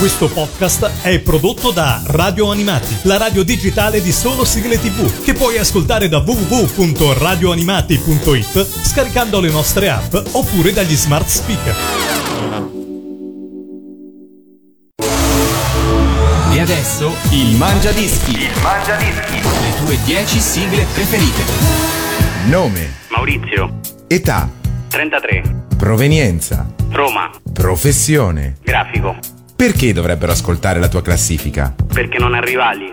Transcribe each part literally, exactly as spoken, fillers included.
Questo podcast è prodotto da Radio Animati, la radio digitale di solo sigle tivù, che puoi ascoltare da w w w punto radio animati punto i t scaricando le nostre app oppure dagli smart speaker. E adesso il Mangiadischi. Il Mangiadischi. Le tue dieci sigle preferite. Nome. Maurizio. Età. trentatré. Provenienza. Roma. Professione. Grafico. Perché dovrebbero ascoltare la tua classifica? Perché non ha rivali.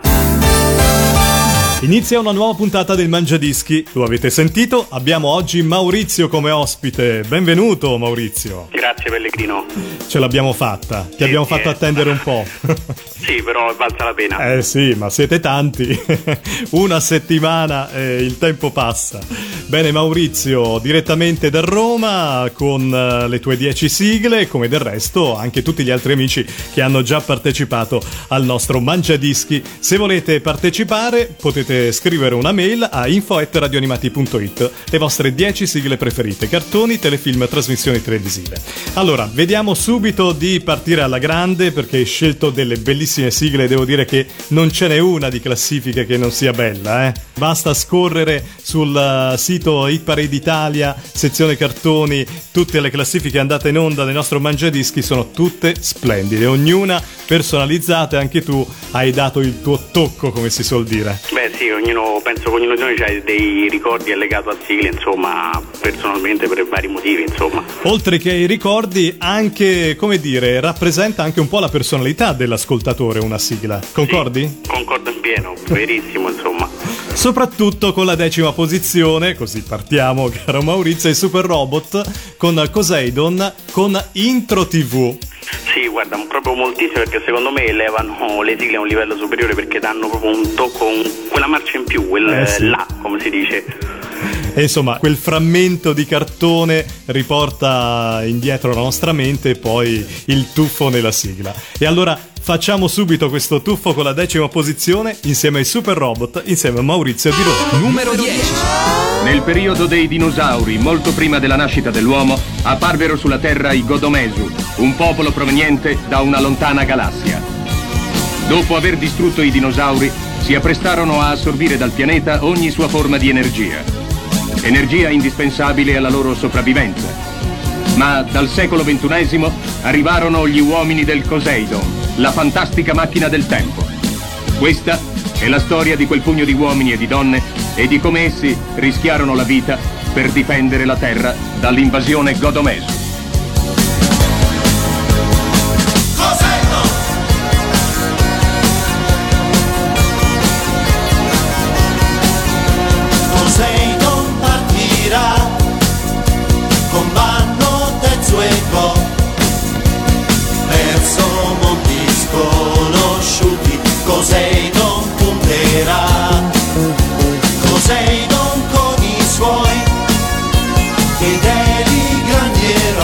Inizia una nuova puntata del Mangiadischi. Lo avete sentito? Abbiamo oggi Maurizio come ospite. Benvenuto Maurizio. Grazie Pellegrino. Ce l'abbiamo fatta. Ti Sì, abbiamo sì, fatto eh. attendere un po'. Sì, però è valsa la pena. Eh sì, ma siete tanti. Una settimana e il tempo passa. Bene Maurizio, direttamente da Roma con le tue dieci sigle, come del resto anche tutti gli altri amici che hanno già partecipato al nostro Mangiadischi. Se volete partecipare potete scrivere una mail a info at radioanimati punto i t, le vostre dieci sigle preferite, cartoni, telefilm, trasmissioni televisive. Allora, vediamo subito di partire alla grande, perché hai scelto delle bellissime sigle. Devo dire che non ce n'è una di classifiche che non sia bella, eh. Basta scorrere sul sito Hit Parade Italia, sezione cartoni, tutte le classifiche andate in onda del nostro Mangiadischi sono tutte splendide, ognuna personalizzata, e anche tu hai dato il tuo tocco, come si suol dire. Beh sì, ognuno, penso che ognuno di noi ha dei ricordi legati a sigle, insomma, personalmente per vari motivi, insomma. Oltre che ai ricordi, anche, come dire, rappresenta anche un po' la personalità dell'ascoltatore una sigla. Concordi? Sì, concordo in pieno, verissimo, insomma. Soprattutto con la decima posizione, così partiamo, caro Maurizio, i Super Robot con Coseidon con Intro tivù. Sì, guarda, proprio moltissimo, perché secondo me elevano le sigle a un livello superiore, perché danno proprio un tocco, un, quella marcia in più, quel Eh sì. là, come si dice. E insomma, quel frammento di cartone riporta indietro la nostra mente e poi il tuffo nella sigla. E allora facciamo subito questo tuffo con la decima posizione insieme ai Super Robot, insieme a Maurizio Di Roma. Numero dieci. Nel periodo dei dinosauri, molto prima della nascita dell'uomo, apparvero sulla Terra i Godomesu, un popolo proveniente da una lontana galassia. Dopo aver distrutto i dinosauri, si apprestarono a assorbire dal pianeta ogni sua forma di energia. Energia indispensabile alla loro sopravvivenza. Ma dal secolo ventunesimo arrivarono gli uomini del Coseidon, la fantastica macchina del tempo. Questa è la storia di quel pugno di uomini e di donne e di come essi rischiarono la vita per difendere la Terra dall'invasione Godomesu. Poseidon partirà con mano terzo eco verso monti sconosciuti. Poseidon punterà, Poseidon con i suoi fedeli grandi eroi.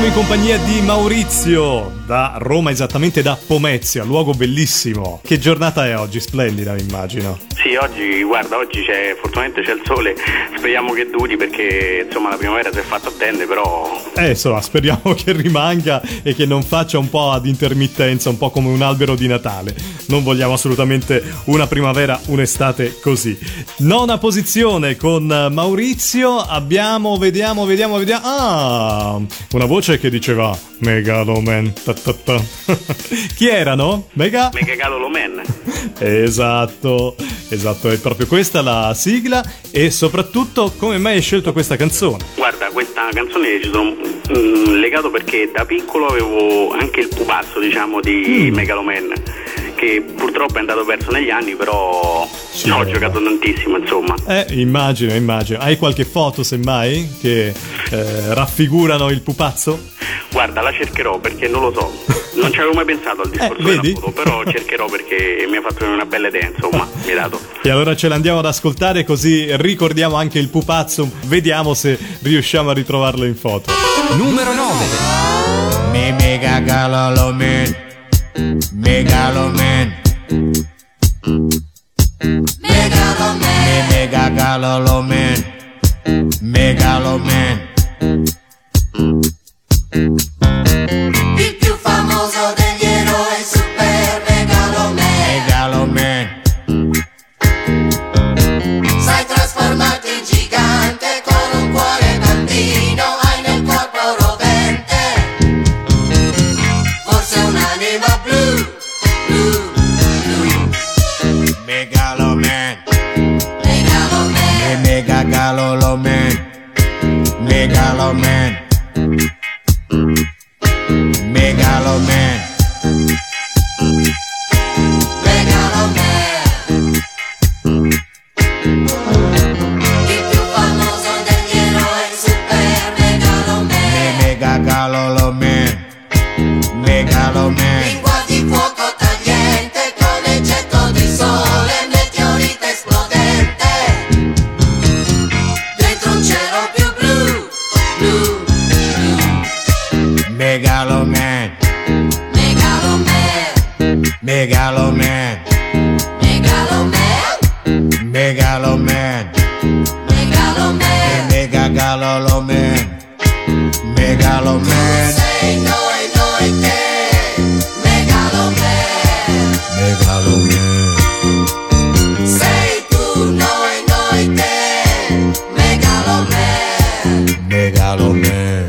Siamo in compagnia di Maurizio da Roma, esattamente da Pomezia, luogo bellissimo. Che giornata è oggi? Splendida, immagino. Sì, oggi, guarda, oggi c'è, fortunatamente c'è il sole, speriamo che duri perché insomma la primavera si è fatta attendere, però... Eh, insomma, speriamo che rimanga e che non faccia un po' ad intermittenza, un po' come un albero di Natale. Non vogliamo assolutamente una primavera, un'estate così. Nona posizione con Maurizio, abbiamo, vediamo, vediamo, vediamo... Ah, una voce che diceva Megaloman. Ta ta ta. Chi erano? Mega? Megaloman. Esatto, esatto, è proprio questa la sigla. E soprattutto, come mai hai scelto questa canzone? Guarda, questa canzone ci sono mm, legato perché da piccolo avevo anche il pupazzo, diciamo, di mm. Megaloman, che purtroppo è andato perso negli anni, però sì, ho giocato tantissimo, insomma. Eh, immagino, immagino. Hai qualche foto, semmai, che eh, raffigurano il pupazzo? Guarda, la cercherò perché non lo so. Non ci avevo mai pensato al discorso eh, della foto, però cercherò perché mi ha fatto una bella idea, insomma, mi ha dato. E allora ce l'andiamo ad ascoltare, così ricordiamo anche il pupazzo, vediamo se riusciamo a ritrovarlo in foto. Numero nove. Me Megaloman. Megaloman. Megaloman. Me Megaloman. Megaloman. Il più famoso degli eroi, Super Megaloman. Megaloman. Sai trasformarti in gigante con un cuore bambino, hai nel corpo rovente, forse un'anima blu, blu, blu. Megaloman. Megaloman. Me Megaloman. Megaloman. Megaloman. Megaloman. Il più famoso degli eroi, Super Megaloman. Me Megaloman. Megaloman. Lingua di fuoco tagliente, come getto di sole, meteorite esplodente, dentro un cielo più blu, blu, blu. Megaloman. Megaloman. Megaloman. Megaloman. Megaloman. Megaloman. Megaloman. Megaloman. Sei noi, noi te, Megaloman. Megaloman. Sei tu, noi, noi te, Megaloman. Megaloman.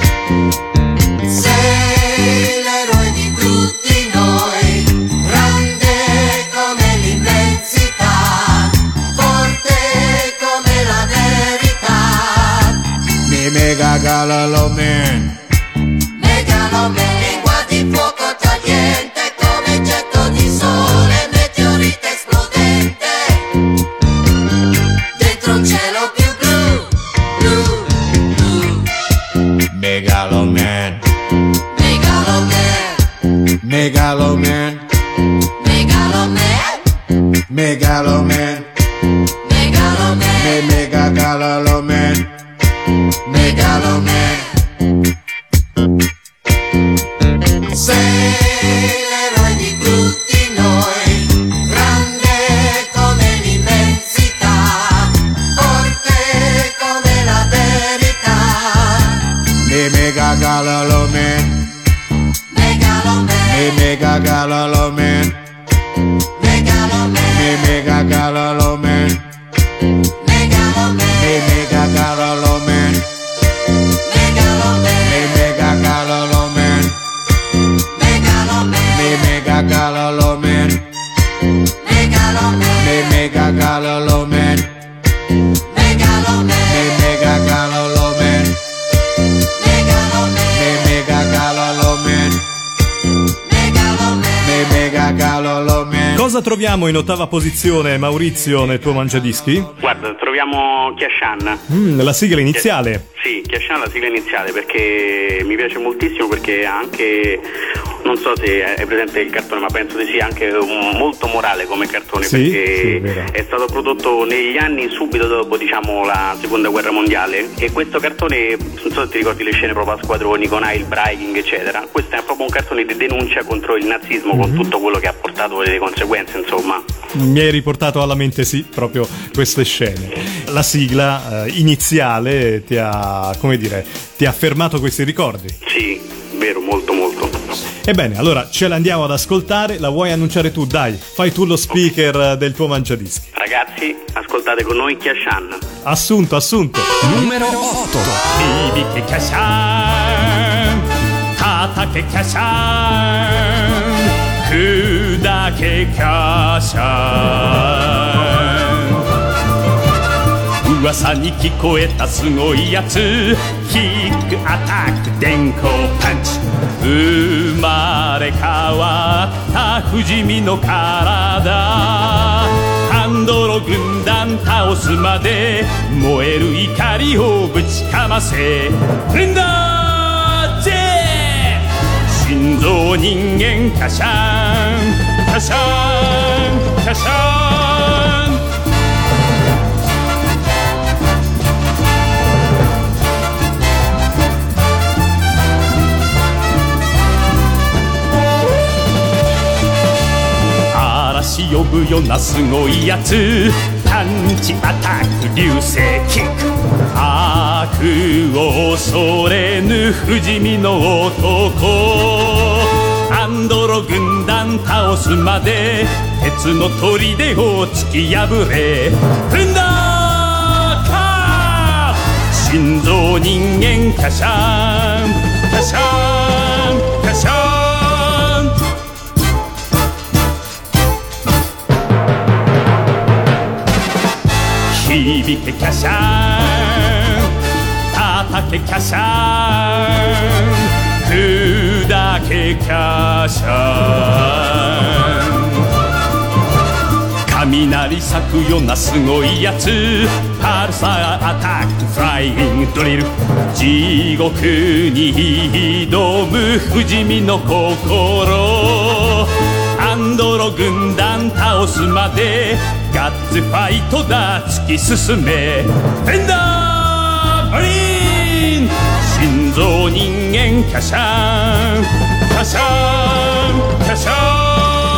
Sei l'eroe di tutti noi, grande come l'immensità, forte come la verità. Me Megaloman. Megaloman, lingua di fuoco tagliente, come getto di sole, meteorite esplodente, dentro un cielo più blu, blu, blu. Megaloman. Megaloman. Megaloman. Megaloman. Megaloman. Megaloman. Me Megaloman. Megaloman. Sei l'eroe di tutti noi, grande come l'immensità, forte come la verità. Me Megaloman. Megaloman. Me Megaloman. Megaloman. Me Megaloman. Megaloman. Me Megaloman. Megaloman. Me Megaloman. Megaloman. Me Megaloman. Megaloman. Me Megaloman. Megaloman. Me Megaloman. Megaloman. Me Megaloman. Megaloman. Me Megaloman. Cosa troviamo in ottava posizione, Maurizio, nel tuo mangiadischi? Guarda, troviamo Kiashan. Mm, la sigla iniziale. Sì, Kiashan la sigla iniziale, perché mi piace moltissimo, perché ha anche non so se hai presente il cartone, ma penso di sì, anche un, molto morale come cartone, sì, perché sì, è stato prodotto negli anni subito dopo, diciamo, la seconda guerra mondiale, e questo cartone, non so se ti ricordi le scene proprio a squadroni con Heil Breitling eccetera, questo è proprio un cartone di denuncia contro il nazismo, mm-hmm. con tutto quello che ha portato le conseguenze, insomma. Mi hai riportato alla mente, sì, proprio queste scene. La sigla eh, iniziale ti ha, come dire, ti ha affermato questi ricordi? Sì, vero, molto molto. Ebbene, allora ce l'andiamo ad ascoltare, la vuoi annunciare tu? Dai, fai tu lo speaker okay. del tuo Mangiadischi. Ragazzi, ascoltate con noi Kashan. Assunto, assunto. Numero otto. Bibi che Kashan, Tata che Kashan, Kuda che Kashan. 噂に聞こえたすごいやつ、キックアタック電光パンチ、生まれ変わった不死身の体、ハンドロ軍団倒すまで燃える怒りをぶちかませ、レンダージェ心臓人間カシャンカシャンカシャン、嵐呼ぶようなすごいやつ、パンチアタック流星キック、悪を恐れぬ不死身の男、アンドロ軍団倒すまで鉄の砦を突き破れ、フンダーカー心臓人間カシャンカシャンカシャン、響けキャシャン、叩けキャシャン、砕けキャシャン、雷咲くようなすごいやつ、パルサーアタックフライングドリル、地獄に挑む不死身の心、アンドロ軍団倒すまでガッツファイトだ突き進め、フェンダーマリーン心臓人間カシャンカシャンカシャン、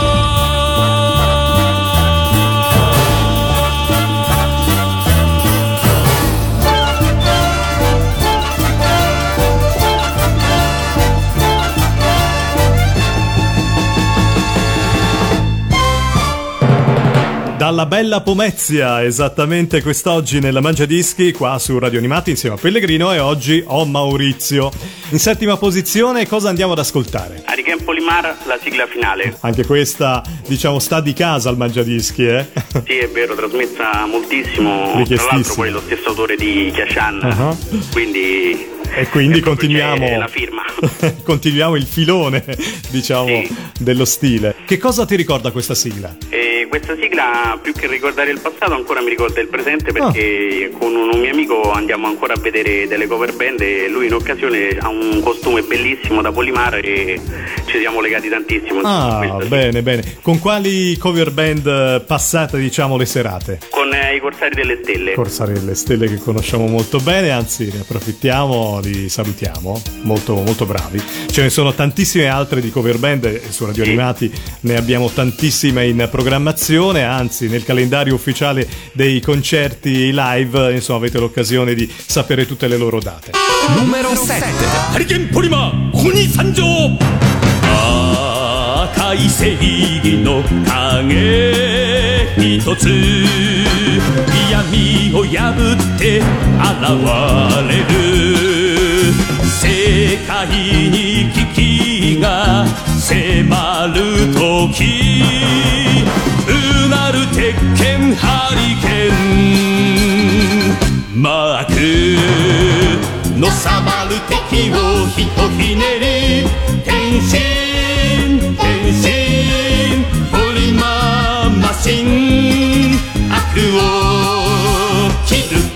Dalla bella Pomezia, esattamente quest'oggi nella Mangiadischi, qua su Radio Animati insieme a Pellegrino, e oggi ho Maurizio. In settima posizione cosa andiamo ad ascoltare? Ariken Polimar, la sigla finale. Anche questa, diciamo, sta di casa al Mangiadischi, eh? Sì, è vero, trasmessa moltissimo, tra l'altro poi lo stesso autore di Kashan, uh-huh. quindi... E quindi continuiamo la firma. Continuiamo il filone, diciamo, sì. dello stile. Che cosa ti ricorda questa sigla? Eh, questa sigla, più che ricordare il passato, ancora mi ricorda il presente, perché oh. con un, un mio amico andiamo ancora a vedere delle cover band e lui in occasione ha un costume bellissimo da Polimar e ci siamo legati tantissimo. Ah, questa, bene, sì. bene. Con quali cover band passate, diciamo, le serate? Con eh, i Corsari delle Stelle. Corsari delle Stelle, che conosciamo molto bene, anzi ne approfittiamo, li salutiamo, molto molto bravi. Ce ne sono tantissime altre di cover band e su Radio sì. Animati ne abbiamo tantissime in programmazione, anzi nel calendario ufficiale dei concerti live, insomma, avete l'occasione di sapere tutte le loro date. Numero sette. Ariken Polimar, Oni Sanjo, Akai Seigi no Kage hitotsu, Yami o yabutte arawareる世界に危機が迫るとき、うなる鉄拳ハリケンマークのさばる敵をひとひねり、変身変身ポリマーマシン、悪を切る。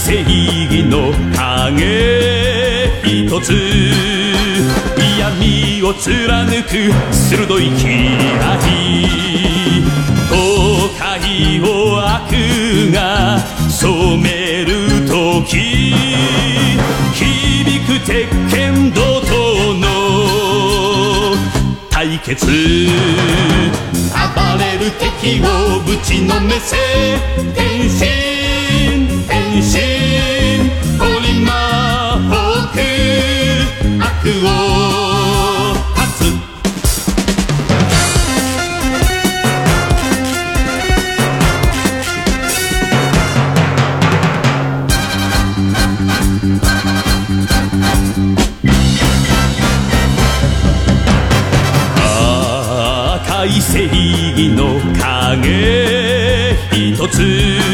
正義の影一つ闇を貫く鋭い気合都会を悪が染める時響く鉄拳怒涛の対決暴れる敵をぶちのめせ変身変身取り魔法悪を立つ赤い正義の影一つ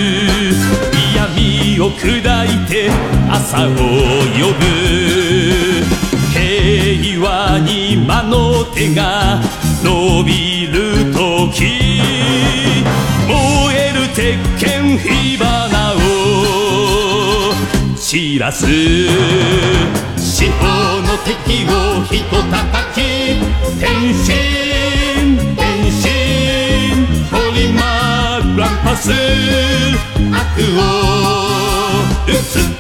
闇を砕いて朝を呼ぶ平和に魔の手が伸びるとき燃える鉄拳火花を散らす四方の敵をひと叩き変身変身ポリマーグランパス悪を打つ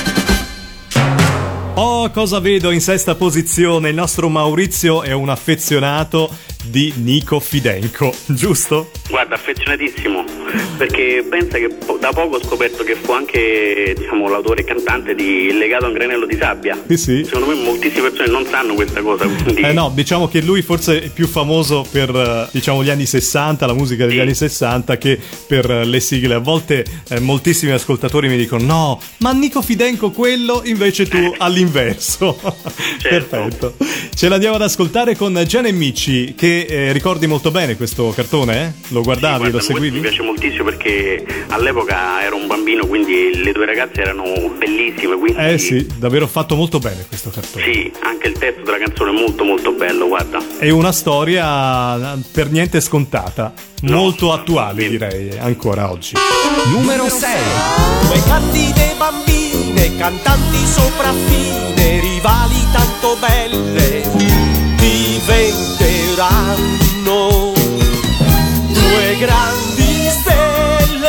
Oh, cosa vedo in sesta posizione? Il nostro Maurizio è un affezionato di Nico Fidenco, giusto? Guarda, affezionatissimo, perché pensa che po- da poco ho scoperto che fu anche, diciamo, l'autore e cantante di Il legato a un granello di sabbia. Sì, sì. Secondo me moltissime persone non sanno questa cosa, quindi... Eh no, diciamo che lui forse è più famoso per, diciamo, gli anni sessanta, la musica degli sì. anni sessanta, che per le sigle. A volte eh, moltissimi ascoltatori mi dicono no, ma Nico Fidenco quello, invece tu Eh. all'inverso. Certo. Perfetto. Ce l'andiamo ad ascoltare con Gian e Micci, che eh, ricordi molto bene questo cartone, eh? Lo guardavi, Sì, lo guarda, seguivi? Mi piace moltissimo perché all'epoca ero un bambino, quindi le due ragazze erano bellissime, quindi... Eh sì, davvero fatto molto bene questo cartone. Sì, anche il testo della canzone è molto molto bello, guarda. È una storia per niente scontata, No, molto attuale sì. direi, ancora oggi. Numero sei. Due candide bambine, cantanti sopraffine, rivali tanto belle, diventeranno due grandi stelle.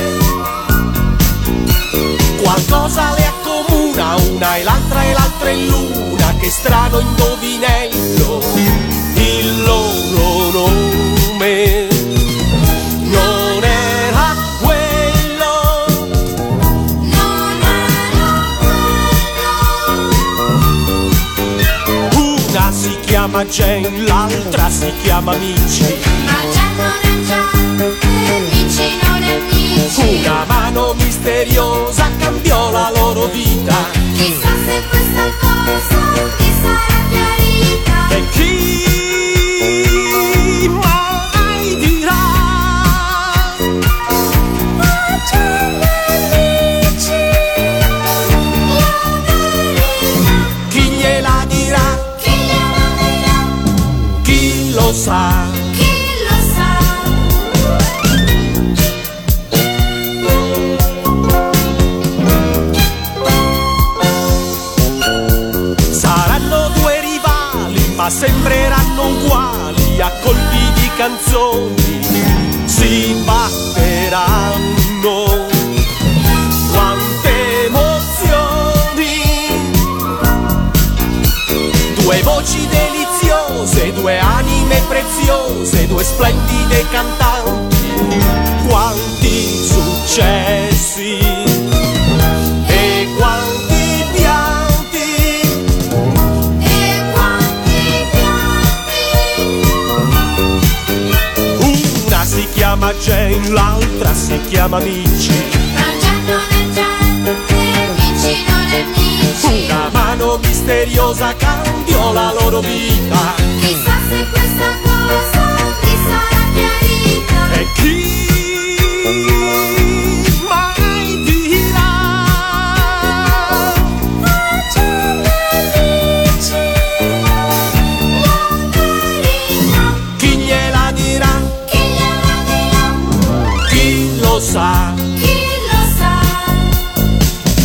Qualcosa le accomuna, una e l'altra e l'altra è l'una, che strano indovinello, il loro nome non era quello, Non era una si chiama Jane, l'altra si chiama Mici, ma già non è già, e Mici non è Mici. una mano misteriosa cambiò la loro vita, Chissà se questa cosa ti sarà chiarita. e chi mai dirà Ma già non è Mici, la verità. chi gliela dirà, Chi gliela dirà? chi lo sa. Chi lo sa? Saranno due rivali, ma sembreranno uguali, a colpi di canzoni si batteranno. Quante emozioni! Due voci deliziose, due anime preziose, due splendide cantanti. Quanti successi e quanti pianti. E quanti pianti. Una si chiama Jane, l'altra si chiama Mici, Ma già non è già, e Mici non è Mici. una mano misteriosa cambiò la loro vita, Chissà se questa cosa ti sarà chiarita. e chi mai dirà Ma già non è Mici, la verità. chi gliela dirà, Chi gliela dirà? chi lo sa. Chi lo sa?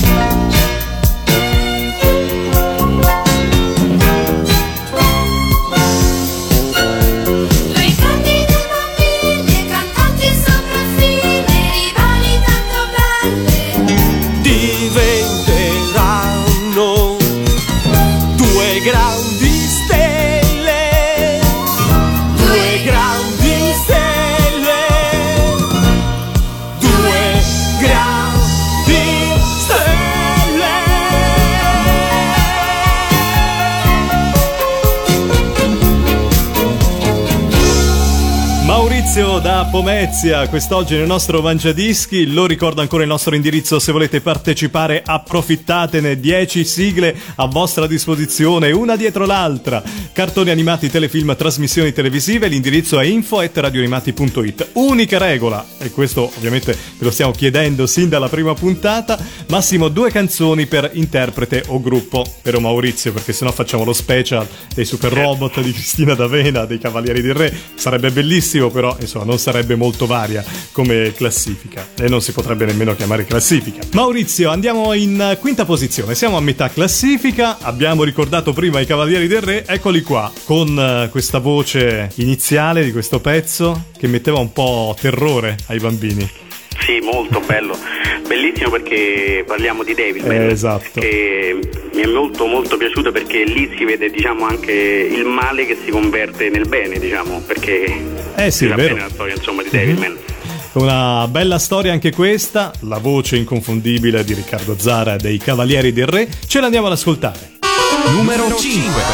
Maurizio da Pomezia, quest'oggi nel nostro Mangiadischi. Lo ricordo ancora il nostro indirizzo: se volete partecipare approfittatene, dieci sigle a vostra disposizione, una dietro l'altra, cartoni animati, telefilm, trasmissioni televisive. L'indirizzo è info at radioanimati punto it. Unica regola, e questo ovviamente ve lo stiamo chiedendo sin dalla prima puntata: massimo due canzoni per interprete o gruppo. Vero Maurizio? Perché sennò facciamo lo special dei Super Robot, di Cristina D'Avena, dei Cavalieri del Re. Sarebbe bellissimo, però insomma non sarebbe molto varia come classifica e non si potrebbe nemmeno chiamare classifica. Maurizio, andiamo in quinta posizione, siamo a metà classifica. Abbiamo ricordato prima i Cavalieri del Re, eccoli qua con questa voce iniziale di questo pezzo che metteva un po' terrore ai bambini. Sì, molto bello, bellissimo, perché parliamo di Devilman, eh, esatto, che mi è molto molto piaciuto, perché lì si vede, diciamo, anche il male che si converte nel bene, diciamo, perché eh sì, si sa è vero. bene la storia, insomma, di Devilman. Mm-hmm. Una bella storia anche questa, la voce inconfondibile di Riccardo Zara dei Cavalieri del Re. Ce l'andiamo ad ascoltare. Numero cinque.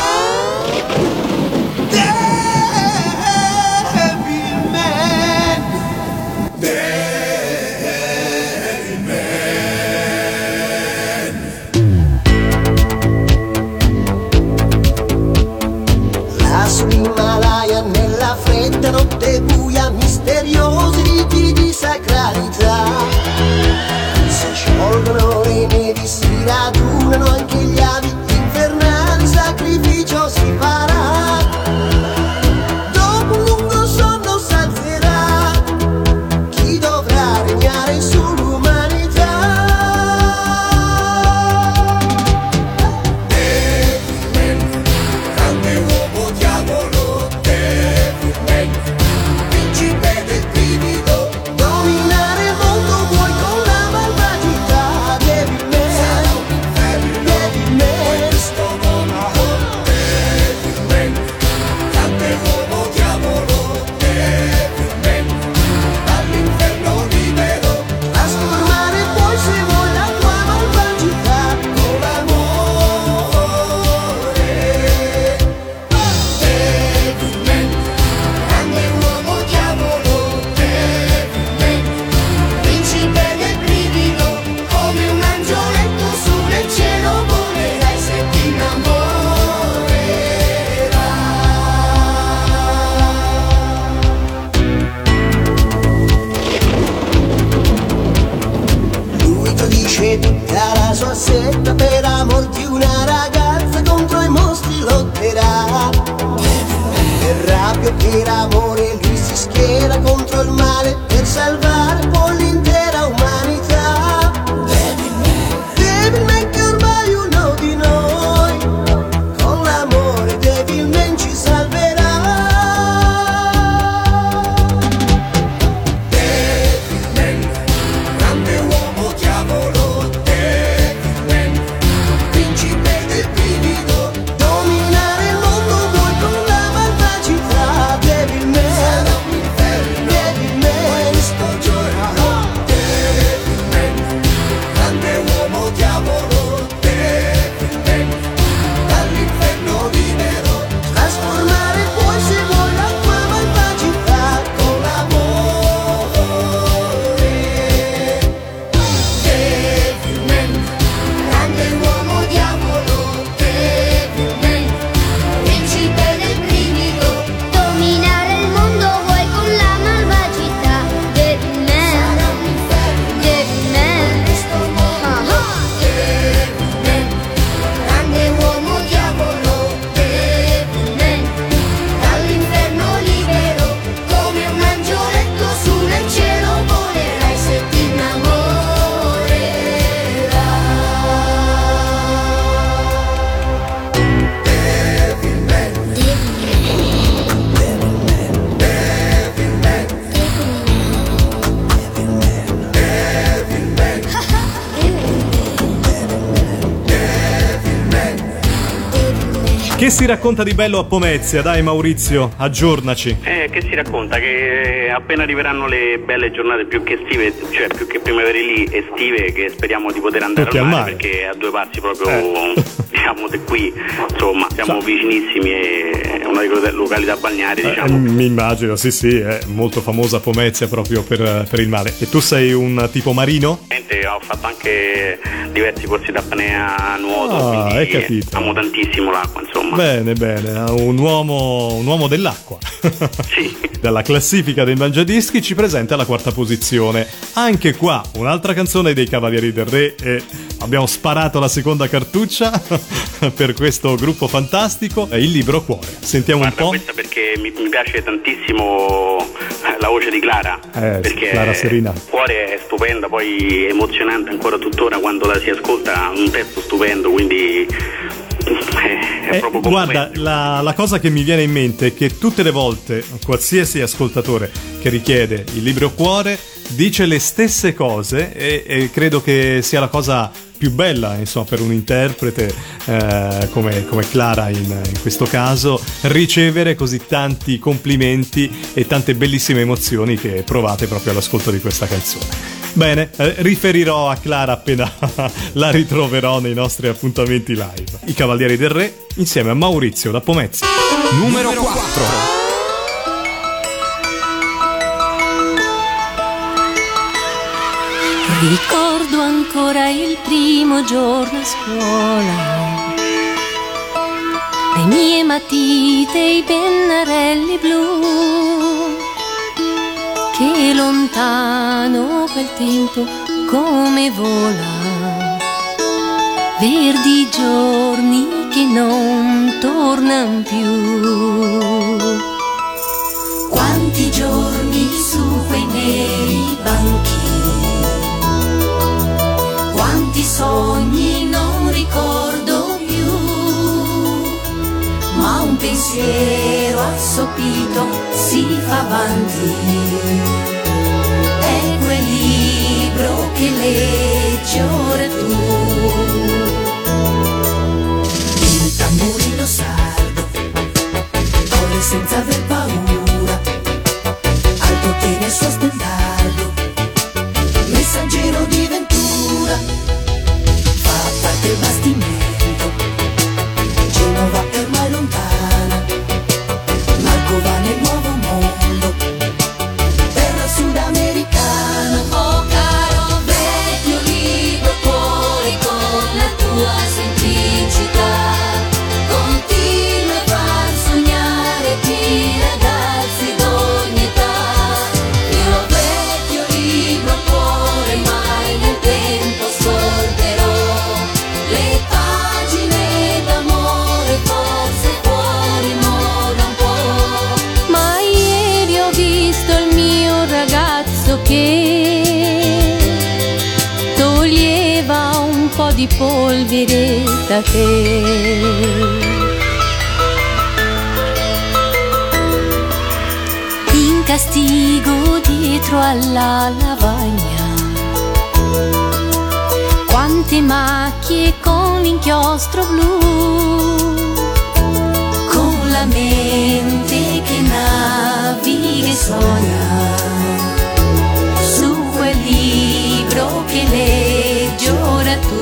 L'Himalaya nella fredda notte buia, misteriosi riti di sacralità. Si sciolgono le nevi, si radunano anche gli avi, infernali sacrificio si farà. Dopo un lungo sonno s'alzerà chi dovrà regnare sull'umanità. Devilman, grande uomo diavolo, Devilman, principe del brivido, dominare il mondo vuoi con la malvagità. Devilman, Devilman, sto monaco, Devilman, grande uomo diavolo, Devilman, dall'inferno libero, trasformare poi se vuoi la tua malvagità con l'amore. Devilman, grande uomo diavolo, Devilman, principe del brivido, come un angioletto su nel cielo volerai se ti innamorerai. Lui dice tutta la sua setta, per amor di una ragazza contro i mostri lotterà. Per rabbia, per amore lui si schiera contro il male, per salvare poi l'intera umanità. Devilman che ormai uno di noi, con l'amore Devilman ci salverà. Devilman, grande uomo diavolo, Devilman, principe del brivido, dominare il mondo vuoi con la malvagità. Devilman, Devilman, sto Che si racconta di bello a Pomezia? Dai Maurizio, aggiornaci. Eh, che si racconta? Che appena arriveranno le belle giornate più che estive, cioè più che primaverili estive, che speriamo di poter andare Tutti al al mare, mare. perché a due passi proprio, Eh. diciamo, di qui, insomma, siamo Sa- vicinissimi e è una di quelle località balneari, Eh, diciamo. mi immagino, sì sì, è molto famosa Pomezia proprio per, per il mare. E tu sei un tipo marino? Ho fatto anche diversi corsi d'apnea, nuoto, Ah, quindi hai capito. amo tantissimo l'acqua, insomma. Bene, bene, un uomo, un uomo dell'acqua. Sì. Dalla classifica dei Mangiadischi ci presenta la quarta posizione. Anche qua un'altra canzone dei Cavalieri del Re e abbiamo sparato la seconda cartuccia per questo gruppo fantastico, è Il Libro Cuore. Sentiamo Guarda, un po'. questa perché mi, mi piace tantissimo la voce di Clara, Eh, perché Clara Serina. il cuore è stupenda, poi emozionante ancora tuttora quando la si ascolta, un testo stupendo, quindi è, è Eh, proprio guarda, completo. la, la cosa che mi viene in mente è che tutte le volte qualsiasi ascoltatore che richiede Il Libro Cuore dice le stesse cose e, e credo che sia la cosa più bella, insomma, per un interprete eh, come, come Clara in, in questo caso, ricevere così tanti complimenti e tante bellissime emozioni che provate proprio all'ascolto di questa canzone. Bene, eh, riferirò a Clara appena la ritroverò nei nostri appuntamenti live. I Cavalieri del Re insieme a Maurizio da Pomezia. Numero quattro. Ricordo ancora il primo giorno a scuola, le mie matite, i pennarelli blu, che lontano quel tempo come vola, verdi giorni che non tornan più. Quanti giorni su quei neri banchi, quanti sogni non ricordo più, ma un pensiero assopito si fa avanti, è quel libro che leggi ora tu. Il tamburino sardo corre senza aver paura, al potere il suo stendardo, messaggero di ventura, fa parte del bastimento, Genova è ormai lontana, Marcova nel nuovo mondo, terra sudamericana. Oh caro vecchio libro cuore, con la tua semplicità continua a far sognare i ragazzi d'ogni età. Mio vecchio libro cuore, mai nel tempo ascolterò le pagine d'amore, forse fuori moda un po'. Ma ieri ho visto il mio ragazzo che toglieva un po' di polvere da te. In castigo dietro alla lavagna, quante macchie con l'inchiostro blu, con la mente che naviga e sogna, su quel libro che leggi ora tu.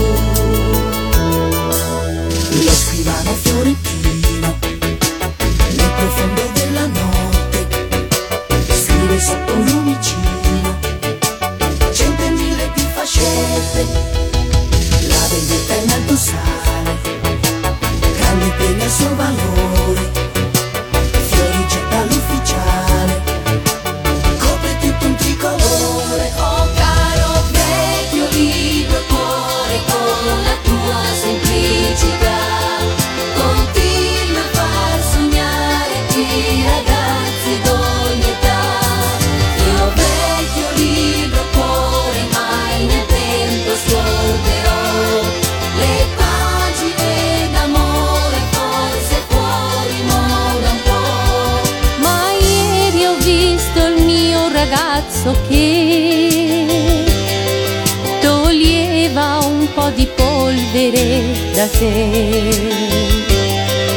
Lo scrivano fiorentino, nel profondo della notte, scrive sotto un lumicino, centemila più fascette, la vendetta in alto sale, grande premio al suo valore, fiori getta l'ufficiale, copre tutto un tricolore. Oh caro vecchio libro cuore, con la tua semplicità continua a far sognare i ragazzi d'ogni età. Mio vecchio libro cuore, mai nel tempo scorderò le pagine d'amore, forse fuori moda un po'. Ma ieri ho visto il mio ragazzo che toglieva un po' di polvere da te.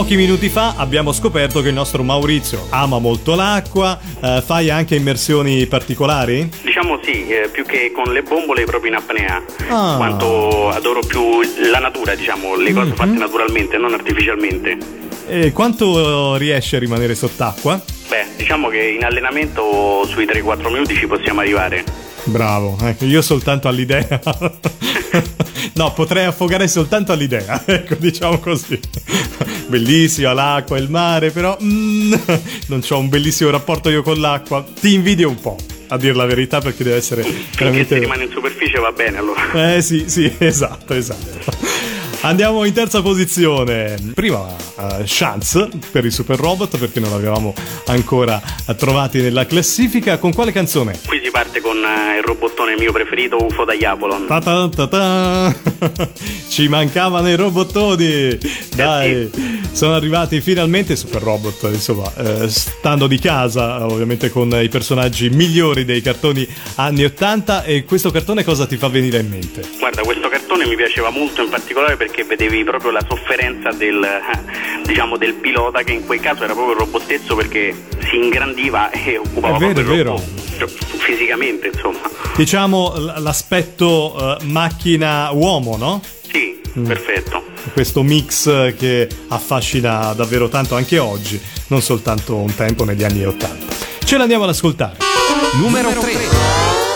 Pochi minuti fa abbiamo scoperto che il nostro Maurizio ama molto l'acqua, eh, fai anche immersioni particolari? Diciamo sì, eh, più che con le bombole proprio in apnea, Ah. quanto adoro più la natura, diciamo, le cose Mhm. fatte naturalmente, non artificialmente. E quanto riesci a rimanere sott'acqua? Beh, diciamo che in allenamento sui tre quattro minuti ci possiamo arrivare. Bravo, ecco, io soltanto all'idea. No, potrei affogare soltanto all'idea, ecco, diciamo così. Bellissima l'acqua, il mare, però mm, non c'ho un bellissimo rapporto io con l'acqua. Ti invidio un po', a dir la verità, perché deve essere Finché veramente... si rimane in superficie va bene allora. Eh sì, sì, esatto, esatto. Andiamo in terza posizione. Prima uh, Chance per i Super Robot, perché non l'avevamo ancora trovati nella classifica. Con quale canzone? Qui si parte con eh, il robottone mio preferito, U F O da Iapolon. Ta ta ta ta. Ci mancavano i robottoni. Dai, sono arrivati finalmente i Super Robot, insomma, eh, stando di casa, ovviamente con i personaggi migliori dei cartoni anni ottanta. E questo cartone cosa ti fa venire in mente? Guarda, questo cartone mi piaceva molto in particolare perché vedevi proprio la sofferenza del, eh, diciamo, del pilota, che in quel caso era proprio il robotezzo, perché si ingrandiva e occupava È vero, proprio è il vero. robot, cioè, fisicamente, insomma. Diciamo l- l'aspetto uh, macchina-uomo, no? Sì, Mm. perfetto. Questo mix che affascina davvero tanto anche oggi, non soltanto un tempo negli anni ottanta. Ce l'andiamo ad ascoltare. Numero tre.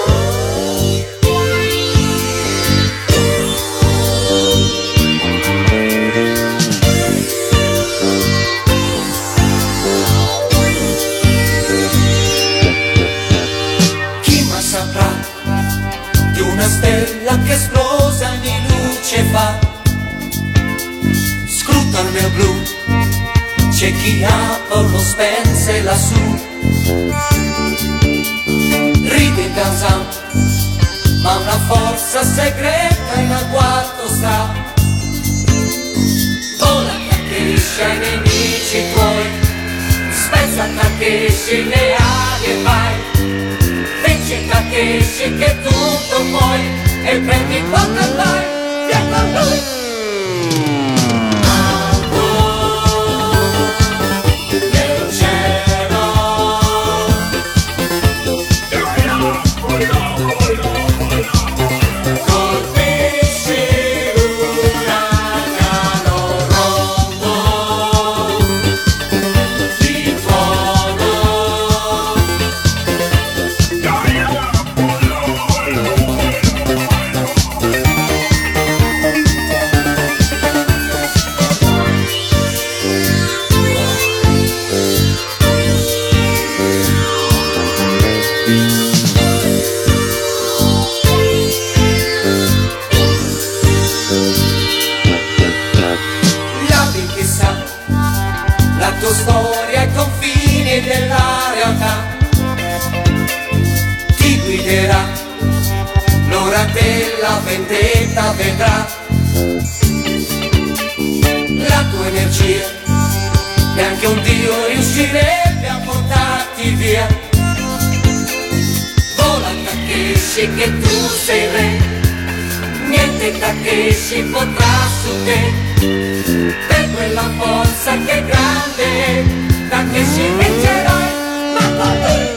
Chi mai saprà di una stella che esplosa di luce fa? Scruta il mio blu, c'è chi Apollo spense lassù. Ride in Kazan, ma una forza segreta in agguato sta. Vola Takeshi ai nemici tuoi, spezza Takeshi le ali e vai. Vince Takeshi che tutto puoi, e prendi quanto andai, via con lui. L'abbi chissà la tua storia ai confini della realtà, ti guiderà, l'ora della vendetta vedrà. La tua energia neanche un dio riuscirebbe a portarti via. Vola Takeshi che tu sei re, niente Takeshi potrà su te. Per quella forza che è grande, Takeshi vincerai, ma con lui.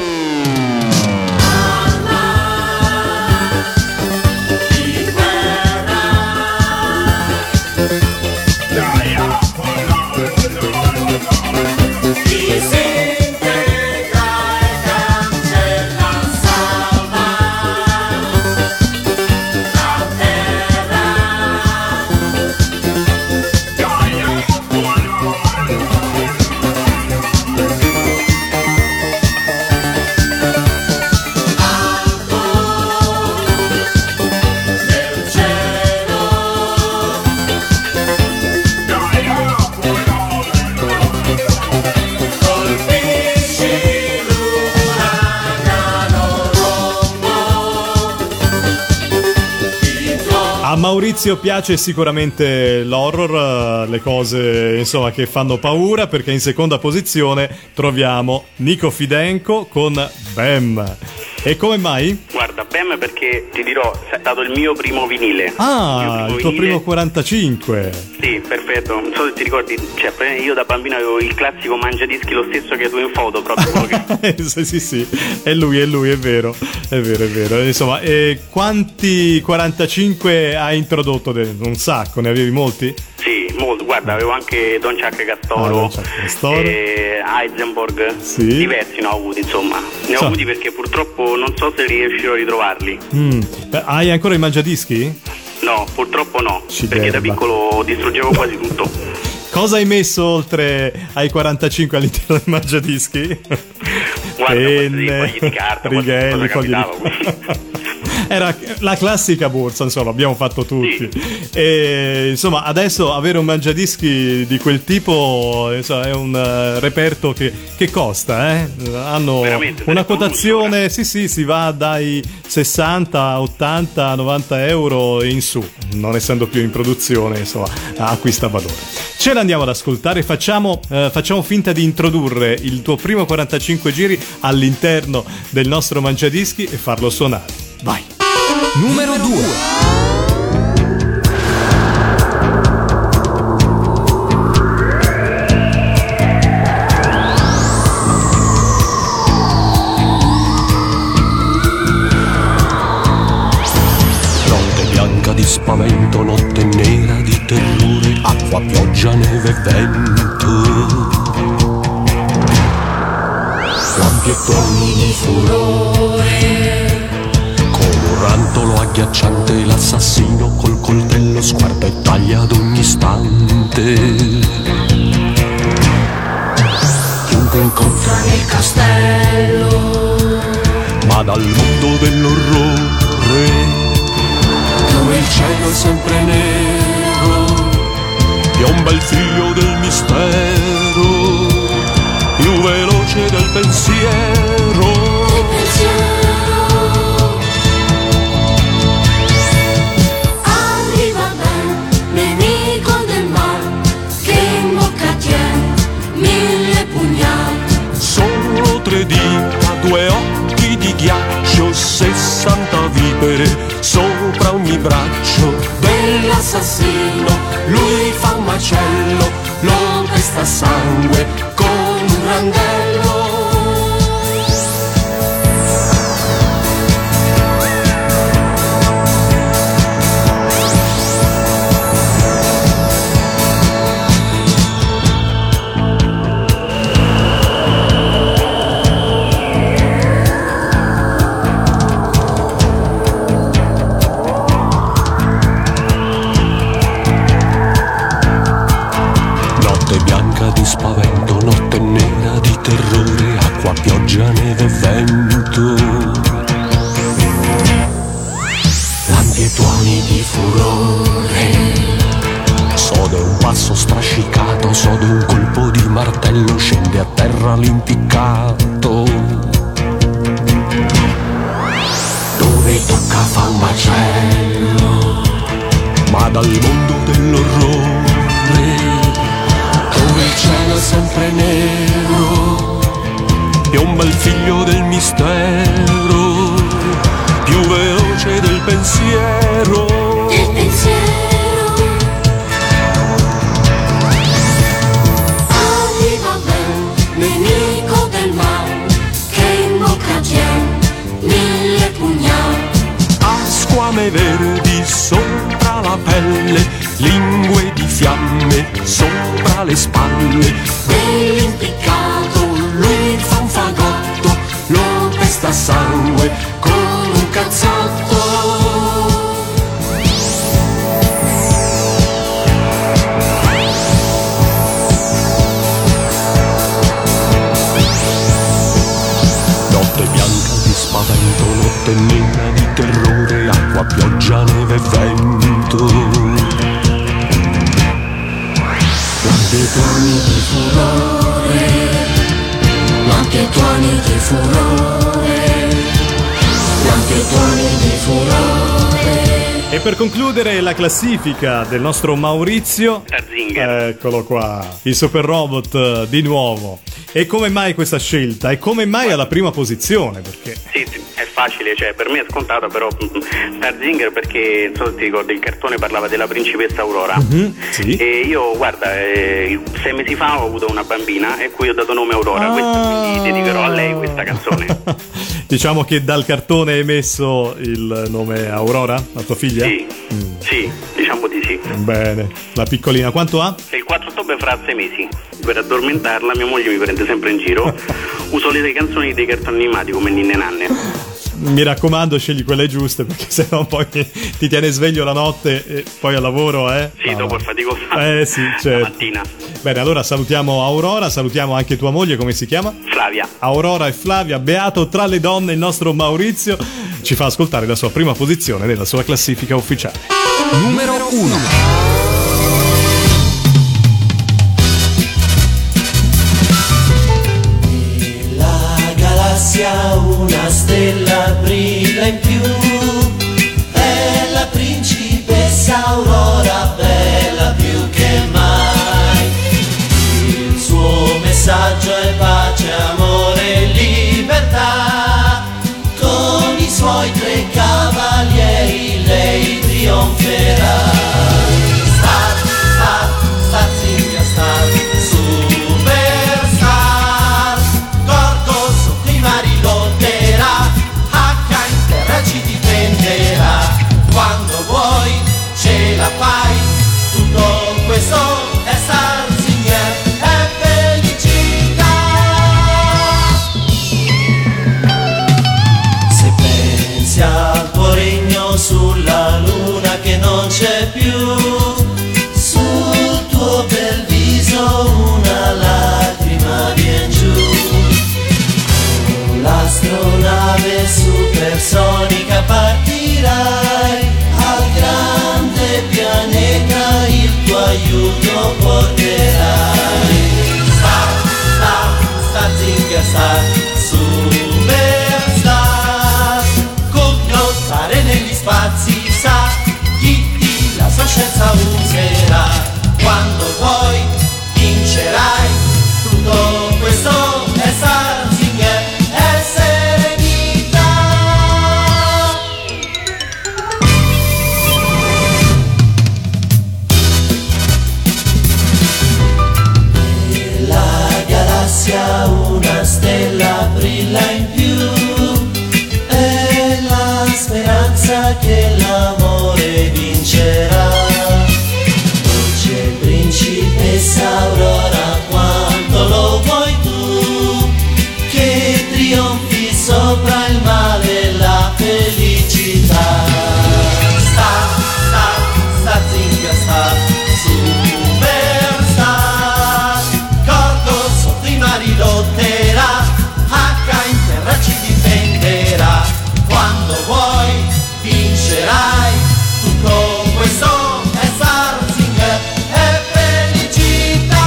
A Maurizio piace sicuramente l'horror, le cose insomma che fanno paura, perché in seconda posizione troviamo Nico Fidenco con Bam. E come mai? Guarda, B E M perché ti dirò, è stato il mio primo vinile. Ah, il, il tuo vinile. primo quarantacinque. Sì, perfetto. Non so se ti ricordi, cioè io da bambino avevo il classico mangiadischi, lo stesso che tu in foto, proprio che... sì, sì, sì, è lui, è lui, è vero, è vero, è vero. Insomma, e quanti quarantacinque hai introdotto? Un sacco, ne avevi molti? Sì, molto. Guarda, avevo anche Don Chuck Castoro, ah, Castoro. E Heisenberg, sì. Diversi ne ho avuti, insomma. Ne ho so. avuti perché purtroppo non so se riuscirò a ritrovarli. Mm. Hai ancora i mangiadischi? No, purtroppo no, Ci perché derba. da piccolo distruggevo quasi tutto. Cosa hai messo oltre ai quarantacinque all'interno del mangiadischi? Guarda, penne, fogli di carta, righelli, fogli di carta. Era la classica borsa, insomma, abbiamo fatto tutti. Sì. E insomma, adesso avere un mangiadischi di quel tipo, insomma, è un uh, reperto che, che costa, eh? Hanno veramente, una quotazione, sì, sì, si va dai sessanta, ottanta, novanta euro in su, non essendo più in produzione, insomma, acquista valore. Ce l'andiamo ad ascoltare, facciamo, uh, facciamo finta di introdurre il tuo primo quarantacinque giri all'interno del nostro mangiadischi e farlo suonare. Vai. Numero due. Di spavento, notte nera di terrore, acqua, pioggia, neve e vento. Lampi e tuoni di furore, come un rantolo agghiacciante, l'assassino col coltello sguarda e taglia ad ogni istante. Chiunque incontra nel castello, ma dal mondo dell'orrore, dove il cielo è sempre nero, piomba il figlio del mistero, più veloce del pensiero. Il pensiero arriva ben, nemico del mal, che in bocca tiene mille pugnali. Solo tre dita, due occhi di ghiaccio, sessanta vipere sopra ogni braccio Dell'assassino, lui fa un macello, lo pesta a sangue con un randello. Di spavento, notte nera di terrore, acqua, pioggia, neve e vento. Lampi e tuoni di furore, sode un passo strascicato, sode un colpo di martello, scende a terra l'impiccato. Dove tocca fa un macello, ma dal mondo dell'orrore, dove il cielo è sempre nero, piomba il figlio del mistero, più veloce del pensiero. Il pensiero arriva ben, nemico del mal, che in bocca tiene mille pugnali. Ha squame verdi sopra la pelle, lingue di fiamme sopra le spalle. Dell'impiccato lui fa un fagotto, lo pesta a sangue con un cazzotto. Notte bianca di spavento, notte nera di terrore, acqua, pioggia, neve e vento. Lampi e tuoni di furore, lampi e tuoni di furore, lampi e tuoni di furore. E per concludere la classifica del nostro Maurizio, eccolo qua, il super robot di nuovo. E come mai questa scelta? E come mai alla prima posizione? Perché Sì, sì, è facile, cioè per me è scontata, però Starzinger perché non so se ti ricordi, il cartone parlava della principessa Aurora. Mm-hmm, sì. E io guarda, eh, sei mesi fa ho avuto una bambina e cui ho dato nome Aurora, ah. questo, quindi dedicherò a lei questa canzone. Diciamo che dal cartone hai messo il nome Aurora, la tua figlia? Sì, mm. sì, diciamo di sì. Bene, la piccolina quanto ha? Il quattro ottobre farà sei mesi. Per addormentarla mia moglie mi prende sempre in giro. Uso le canzoni dei cartoni animati come Ninne Nanne. Mi raccomando, scegli quelle giuste, perché sennò poi ti tiene sveglio la notte e poi al lavoro, eh? Sì, no, dopo no. il faticoso eh, sì, certo. la mattina. Bene, allora salutiamo Aurora, salutiamo anche tua moglie, come si chiama? Flavia. Aurora e Flavia, beato tra le donne il nostro Maurizio, ci fa ascoltare la sua prima posizione nella sua classifica ufficiale. Numero uno. Una stella brilla in più, è la principessa Aurora, bella più che mai. Il suo messaggio è pace, amore e libertà. Con i suoi tre cavalieri lei trionferà. Star, star, star, Zinger, star, superstar. Gorgo sotto i mari lotterà, H in terra ci difenderà. Quando vuoi ce la fai, tutto questo è Star Zinger, è felicità. Se pensi al tuo regno sulla luna che non c'è più, sul tuo bel viso una lacrima vien giù. Con l'astronave supersonica partirai al grande pianeta, il tuo aiuto porterai. Star, star, star, Zinger, star, superstar. Con lottare negli spazi sa chi ti la sua scienza userà. Quando vuoi vincerai, tutto questo è Star Zinger, è serenità. Nella galassia una stella brilla in più, è la speranza che l'amore vincerà. Dolce principessa Aurora, quanto lo vuoi tu, che trionfi sopra il male e la felicità. Star, star, star, Zinger, star, superstar. Gorgo sotto i mari lotterà, H in terra ci difenderà. Quando vuoi vincerai, tutto questo è Star Zinger, è felicità.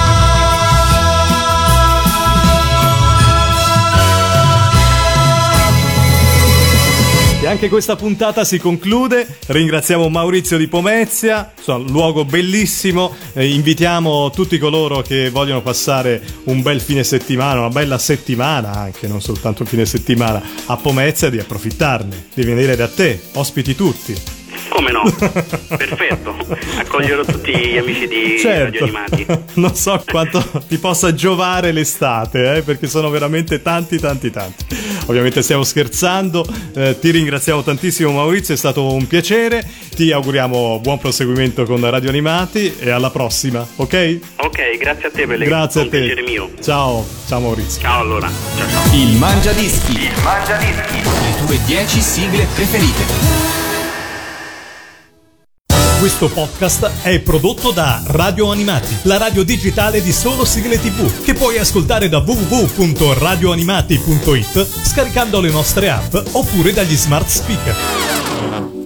E anche questa puntata si conclude. Ringraziamo Maurizio di Pomezia, insomma, luogo bellissimo. Eh, invitiamo tutti coloro che vogliono passare un bel fine settimana, una bella settimana anche, non soltanto un fine settimana, a Pomezia, di approfittarne, di venire da te, ospiti tutti. Come no? Perfetto, accoglierò tutti gli amici di certo. Radio Animati. Non so quanto ti possa giovare l'estate, eh, perché sono veramente tanti tanti tanti. Ovviamente stiamo scherzando, eh, ti ringraziamo tantissimo Maurizio, è stato un piacere, ti auguriamo buon proseguimento con Radio Animati e alla prossima, ok? Ok, grazie a te per le grazie a te. Un piacere mio. Ciao, ciao Maurizio. Ciao allora, ciao ciao. Il Mangiadischi. Il Mangiadischi. Le tue dieci sigle preferite. Questo podcast è prodotto da Radio Animati, la radio digitale di solo sigle tivù, che puoi ascoltare da w w w punto radio animati punto it scaricando le nostre app oppure dagli smart speaker.